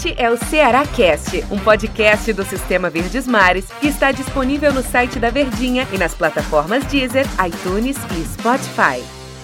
Este é o Ceará Cast, um podcast do Sistema Verdes Mares que está disponível no site da Verdinha e nas plataformas Deezer, iTunes e Spotify.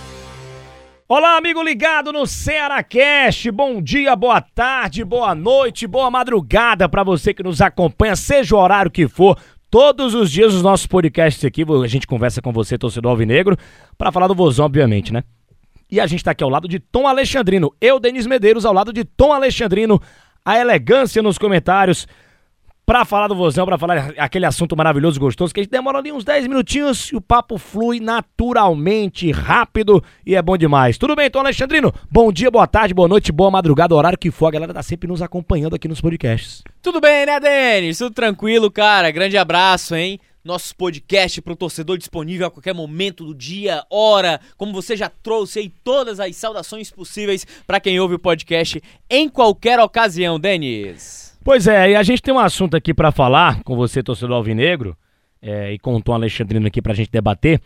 Olá, amigo ligado no Ceará Cast. Bom dia, boa tarde, boa noite, boa madrugada para você que nos acompanha, seja o horário que for. Todos os dias os nossos podcasts aqui, a gente conversa com você, torcedor alvinegro, para falar do Vozão, obviamente, né? E a gente tá aqui ao lado de Tom Alexandrino. Eu, Denis Medeiros, ao lado de Tom Alexandrino. A elegância nos comentários pra falar do Vozão, pra falar aquele assunto maravilhoso, gostoso, que a gente demora ali uns 10 minutinhos e o papo flui naturalmente, rápido e é bom demais. Tudo bem, Tom Alexandrino? Bom dia, boa tarde, boa noite, boa madrugada, horário que for. A galera tá sempre nos acompanhando aqui nos podcasts. Tudo bem, né, Denis? Tudo tranquilo, cara. Grande abraço, hein? Nosso podcast pro torcedor disponível a qualquer momento do dia, hora, como você já trouxe aí todas as saudações possíveis pra quem ouve o podcast em qualquer ocasião, Denis. Pois é, e a gente tem um assunto aqui pra falar com você, torcedor alvinegro, e com o Tom Alexandrino aqui pra gente debater,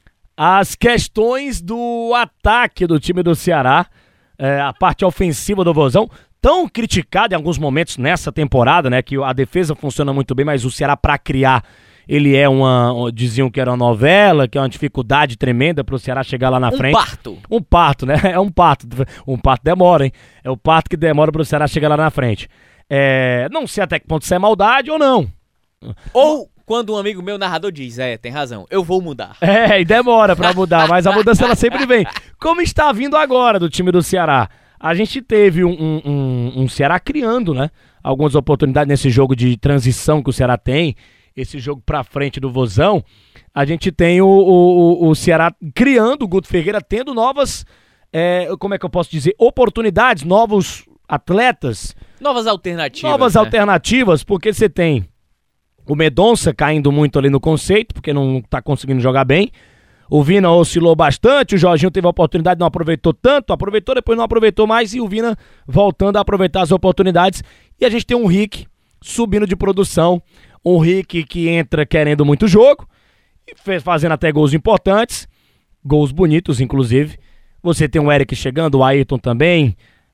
as questões do ataque do time do Ceará, a parte ofensiva do Vozão, tão criticada em alguns momentos nessa temporada, né, que a defesa funciona muito bem, mas o Ceará pra criar, ele é diziam que era uma novela, que é uma dificuldade tremenda pro Ceará chegar lá na frente. Um parto, né? É um parto. Um parto demora, hein? É o parto que demora pro Ceará chegar lá na frente. Não sei até que ponto isso é maldade ou não. Ou quando um amigo meu narrador diz, tem razão, eu vou mudar. E demora pra mudar, mas a mudança ela sempre vem. Como está vindo agora do time do Ceará? A gente teve um Ceará criando, né? Algumas oportunidades nesse jogo de transição que o Ceará tem. Esse jogo pra frente do Vozão, a gente tem o Ceará criando, o Guto Ferreira tendo novas, como é que eu posso dizer, oportunidades, novos atletas. Novas alternativas. Novas alternativas, porque você tem o Mendonça caindo muito ali no conceito, porque não tá conseguindo jogar bem. O Vina oscilou bastante, o Jorginho teve a oportunidade, não aproveitou tanto, aproveitou, depois não aproveitou mais, e o Vina voltando a aproveitar as oportunidades. E a gente tem um Rick subindo de produção, um Rick que entra querendo muito jogo, fazendo até gols importantes, gols bonitos, inclusive. Você tem o Eric chegando, o Ayrton também,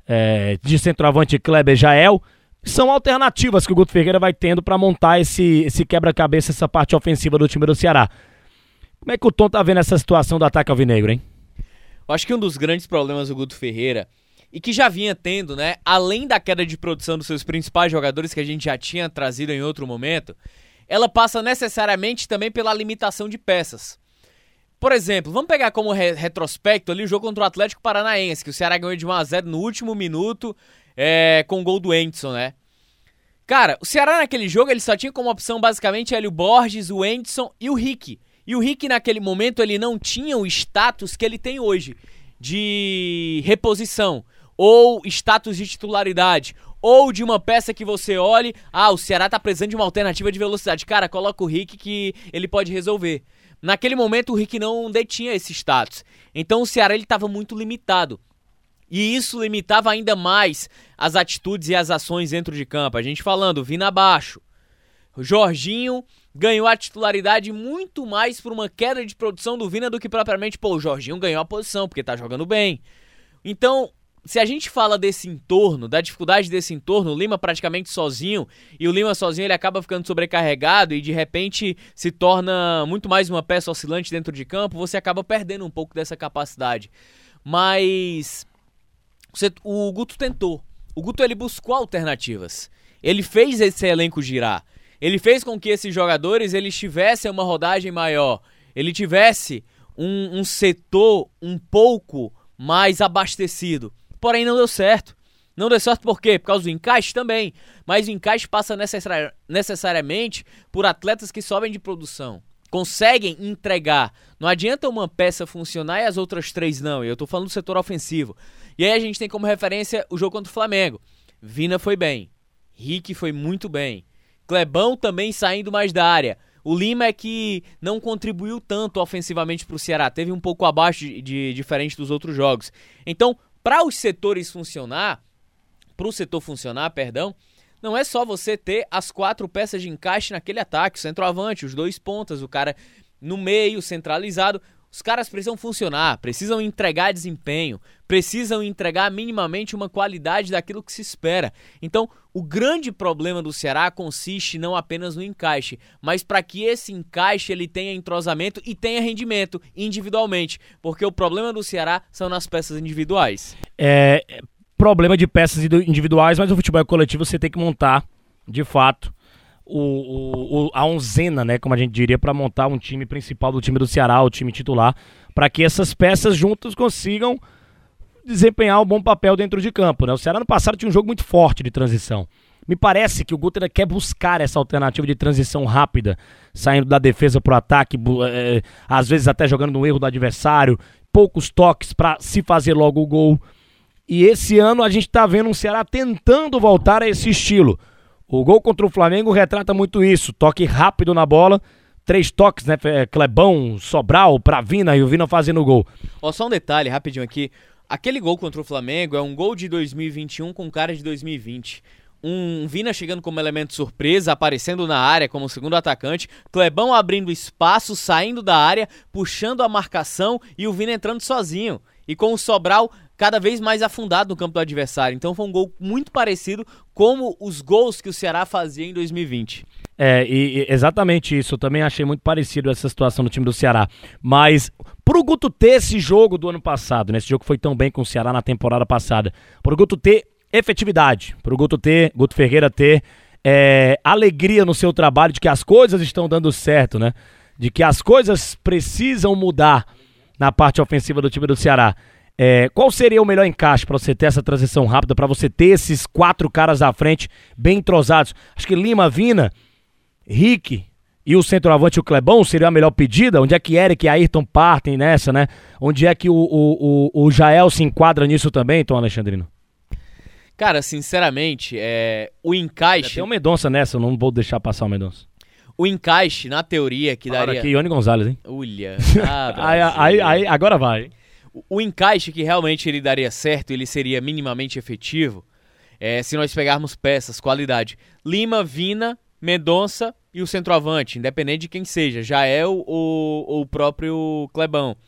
de centroavante Kleber Jael. São alternativas que o Guto Ferreira vai tendo para montar esse quebra-cabeça, essa parte ofensiva do time do Ceará. Como é que o Tom tá vendo essa situação do ataque alvinegro, hein? Eu acho que um dos grandes problemas do Guto Ferreira, e que já vinha tendo, né, além da queda de produção dos seus principais jogadores, que a gente já tinha trazido em outro momento, ela passa necessariamente também pela limitação de peças. Por exemplo, vamos pegar como retrospecto ali o jogo contra o Atlético Paranaense, que o Ceará ganhou de 1-0 no último minuto, com o gol do Endson, né? Cara, o Ceará naquele jogo ele só tinha como opção basicamente Hélio Borges, o Endson e o Rick. E o Rick naquele momento ele não tinha o status que ele tem hoje, de reposição, ou status de titularidade, ou de uma peça que você olhe, o Ceará tá precisando de uma alternativa de velocidade. Cara, coloca o Rick que ele pode resolver. Naquele momento o Rick não detinha esse status. Então o Ceará ele estava muito limitado. E isso limitava ainda mais as atitudes e as ações dentro de campo. A gente falando, vindo abaixo. O Jorginho ganhou a titularidade muito mais por uma queda de produção do Vina do que propriamente, o Jorginho ganhou a posição, porque tá jogando bem. Então, se a gente fala desse entorno, da dificuldade desse entorno, o Lima praticamente sozinho, e o Lima sozinho ele acaba ficando sobrecarregado e de repente se torna muito mais uma peça oscilante dentro de campo, você acaba perdendo um pouco dessa capacidade. Mas o Guto tentou. O Guto ele buscou alternativas. Ele fez esse elenco girar. Ele fez com que esses jogadores eles tivessem uma rodagem maior. Ele tivesse um setor um pouco mais abastecido. Porém, não deu certo. Não deu certo por quê? Por causa do encaixe também. Mas o encaixe passa necessariamente por atletas que sobem de produção. Conseguem entregar. Não adianta uma peça funcionar e as outras três não. E eu tô falando do setor ofensivo. E aí a gente tem como referência o jogo contra o Flamengo. Vina foi bem. Rick foi muito bem. Clebão também saindo mais da área. O Lima é que não contribuiu tanto ofensivamente para o Ceará. Teve um pouco abaixo de diferente dos outros jogos. Então, para os setores funcionar, para o setor funcionar, não é só você ter as 4 peças de encaixe naquele ataque. O centroavante, os 2 pontas, o cara no meio, centralizado. Os caras precisam funcionar, precisam entregar desempenho, precisam entregar minimamente uma qualidade daquilo que se espera. Então, o grande problema do Ceará consiste não apenas no encaixe, mas para que esse encaixe ele tenha entrosamento e tenha rendimento individualmente, porque o problema do Ceará são nas peças individuais. Problema de peças individuais, mas o futebol coletivo você tem que montar, de fato, a onzena, né, como a gente diria, para montar um time principal do time do Ceará, o time titular, para que essas peças juntas consigam desempenhar um bom papel dentro de campo, né? O Ceará no passado tinha um jogo muito forte de transição. Me parece que o Guto quer buscar essa alternativa de transição rápida, saindo da defesa para o ataque, às vezes até jogando no erro do adversário, poucos toques para se fazer logo o gol. E esse ano a gente está vendo um Ceará tentando voltar a esse estilo. O gol contra o Flamengo retrata muito isso, toque rápido na bola, 3 toques, né, Clebão, Sobral, pra Vina e o Vina fazendo o gol. Só um detalhe rapidinho aqui, aquele gol contra o Flamengo é um gol de 2021 com cara de 2020. Um Vina chegando como elemento surpresa, aparecendo na área como segundo atacante, Clebão abrindo espaço, saindo da área, puxando a marcação e o Vina entrando sozinho. E com o Sobral cada vez mais afundado no campo do adversário. Então foi um gol muito parecido como os gols que o Ceará fazia em 2020. Exatamente isso. Eu também achei muito parecido essa situação do time do Ceará. Mas pro Guto ter esse jogo do ano passado, né? Esse jogo foi tão bem com o Ceará na temporada passada, pro Guto ter efetividade, pro Guto Ferreira ter alegria no seu trabalho de que as coisas estão dando certo, né? De que as coisas precisam mudar na parte ofensiva do time do Ceará. Qual seria o melhor encaixe para você ter essa transição rápida, para você ter esses 4 caras à frente bem entrosados? Acho que Lima, Vina, Rick e o centroavante, o Clebão, seria a melhor pedida? Onde é que Eric e Ayrton partem nessa, né? Onde é que o Jael se enquadra nisso também, Tom Alexandrino? Cara, sinceramente, o encaixe... Tem o Mendonça nessa, eu não vou deixar passar o Mendonça. O encaixe, na teoria, que daria... aqui, Ione Gonzalez, hein? Ulha. Aí, agora vai. O encaixe que realmente ele daria certo, ele seria minimamente efetivo, se nós pegarmos peças, qualidade. Lima, Vina, Mendonça e o centroavante, independente de quem seja, Jael ou o próprio Clebão.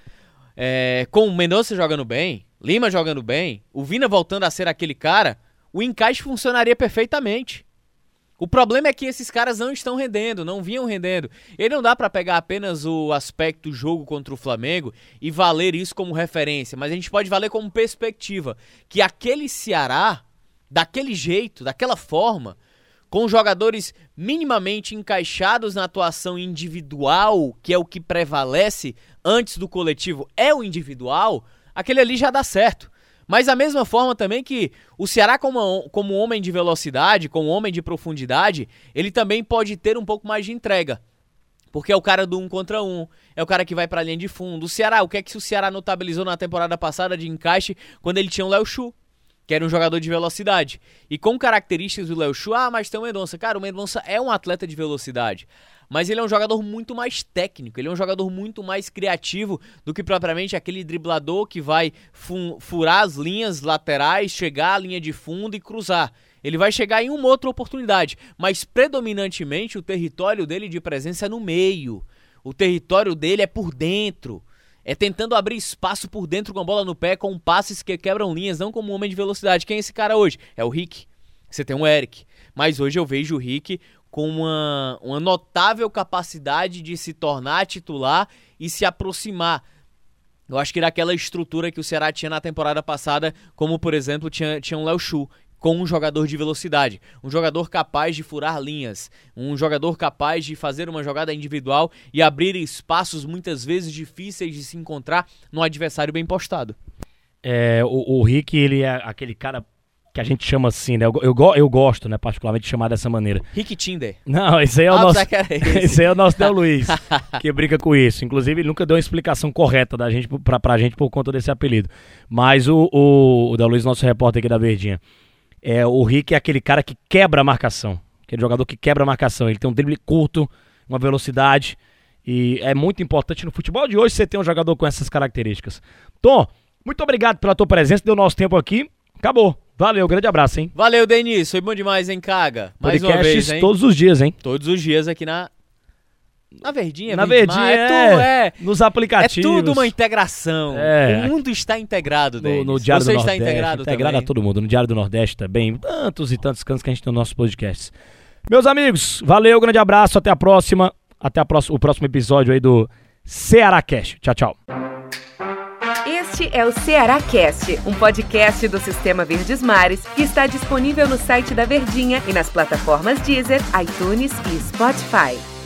Com o Mendonça jogando bem, Lima jogando bem, o Vina voltando a ser aquele cara, o encaixe funcionaria perfeitamente. O problema é que esses caras não estão rendendo, não vinham rendendo. E não dá pra pegar apenas o aspecto jogo contra o Flamengo e valer isso como referência, mas a gente pode valer como perspectiva, que aquele Ceará, daquele jeito, daquela forma, com jogadores minimamente encaixados na atuação individual, que é o que prevalece antes do coletivo, é o individual, aquele ali já dá certo. Mas da mesma forma também que o Ceará como homem de velocidade, como homem de profundidade, ele também pode ter um pouco mais de entrega. Porque é o cara do 1 contra 1, é o cara que vai pra linha de fundo. O Ceará, o que é que o Ceará notabilizou na temporada passada de encaixe quando ele tinha o Léo Chu, que era um jogador de velocidade. E com características do Léo Chu, mas tem o Mendonça. Cara, o Mendonça é um atleta de velocidade, mas ele é um jogador muito mais técnico, ele é um jogador muito mais criativo do que propriamente aquele driblador que vai furar as linhas laterais, chegar à linha de fundo e cruzar. Ele vai chegar em uma outra oportunidade, mas predominantemente o território dele de presença é no meio. O território dele é por dentro. É tentando abrir espaço por dentro com a bola no pé, com passes que quebram linhas, não como um homem de velocidade. Quem é esse cara hoje? É o Rick. Você tem o Eric. Mas hoje eu vejo o Rick com uma notável capacidade de se tornar titular e se aproximar. Eu acho que daquela estrutura que o Ceará tinha na temporada passada, como por exemplo tinha um Léo Chu, com um jogador de velocidade, um jogador capaz de furar linhas, um jogador capaz de fazer uma jogada individual e abrir espaços muitas vezes difíceis de se encontrar num adversário bem postado. O Rick, ele é aquele cara que a gente chama assim, né? Eu gosto, né, particularmente de chamar dessa maneira. Rick Tinder. Não, esse aí é o nosso. Esse aí é o nosso Del Luiz, que brinca com isso. Inclusive, ele nunca deu uma explicação correta pra gente por conta desse apelido. Mas o Del Luiz, nosso repórter aqui da Verdinha, o Rick é aquele cara que quebra a marcação. Aquele jogador que quebra a marcação. Ele tem um drible curto, uma velocidade. E é muito importante no futebol de hoje você ter um jogador com essas características. Tom, muito obrigado pela tua presença. Deu nosso tempo aqui. Acabou. Valeu, grande abraço, hein? Valeu, Denis. Foi bom demais, hein, Caga? Mais uma vez, hein? Todos os dias, hein? Todos os dias aqui na Na Verdinha, Na Verdinha, nos aplicativos. É tudo uma integração. O mundo está integrado, Denis. No Diário do Nordeste. Você está integrado também. A todo mundo. No Diário do Nordeste também. Tantos e tantos cantos que a gente tem no nosso podcast. Meus amigos, valeu, grande abraço, até a próxima. O próximo episódio aí do Ceará Cast. Tchau, tchau. Este é o Ceará Cast, um podcast do Sistema Verdes Mares que está disponível no site da Verdinha e nas plataformas Deezer, iTunes e Spotify.